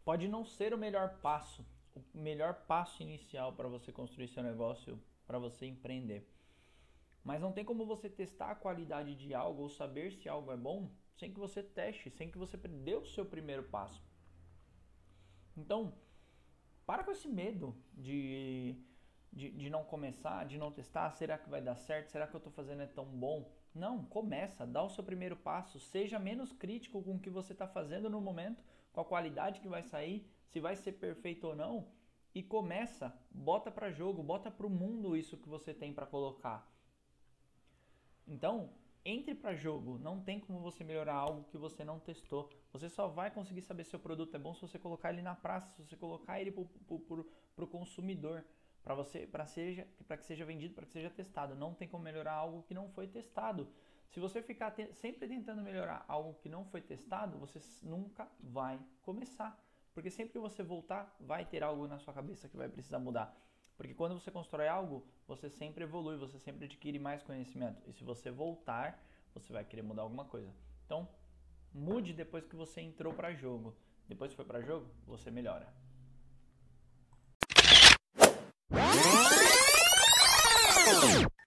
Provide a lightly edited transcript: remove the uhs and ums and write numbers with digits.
Pode não ser o melhor passo inicial para você construir seu negócio, para você empreender. Mas não tem como você testar a qualidade de algo ou saber se algo é bom sem que você teste, sem que você dê o seu primeiro passo. Então, para com esse medo de não começar, de não testar. Será que vai dar certo? Será que eu estou fazendo é tão bom? Não, começa, dá o seu primeiro passo. Seja menos crítico com o que você está fazendo no momento, com a qualidade que vai sair, se vai ser perfeito ou não. E começa, bota para jogo, bota para o mundo isso que você tem para colocar. Então, entre para jogo, não tem como você melhorar algo que você não testou. Você só vai conseguir saber se o produto é bom se você colocar ele na praça, se você colocar ele para o consumidor, para que seja vendido, para que seja testado. Não tem como melhorar algo que não foi testado. Se você ficar sempre tentando melhorar algo que não foi testado, você nunca vai começar. Porque sempre que você voltar, vai ter algo na sua cabeça que vai precisar mudar. Porque quando você constrói algo, você sempre evolui, você sempre adquire mais conhecimento. E se você voltar, você vai querer mudar alguma coisa. Então, mude depois que você entrou para jogo. Depois que foi para jogo, você melhora.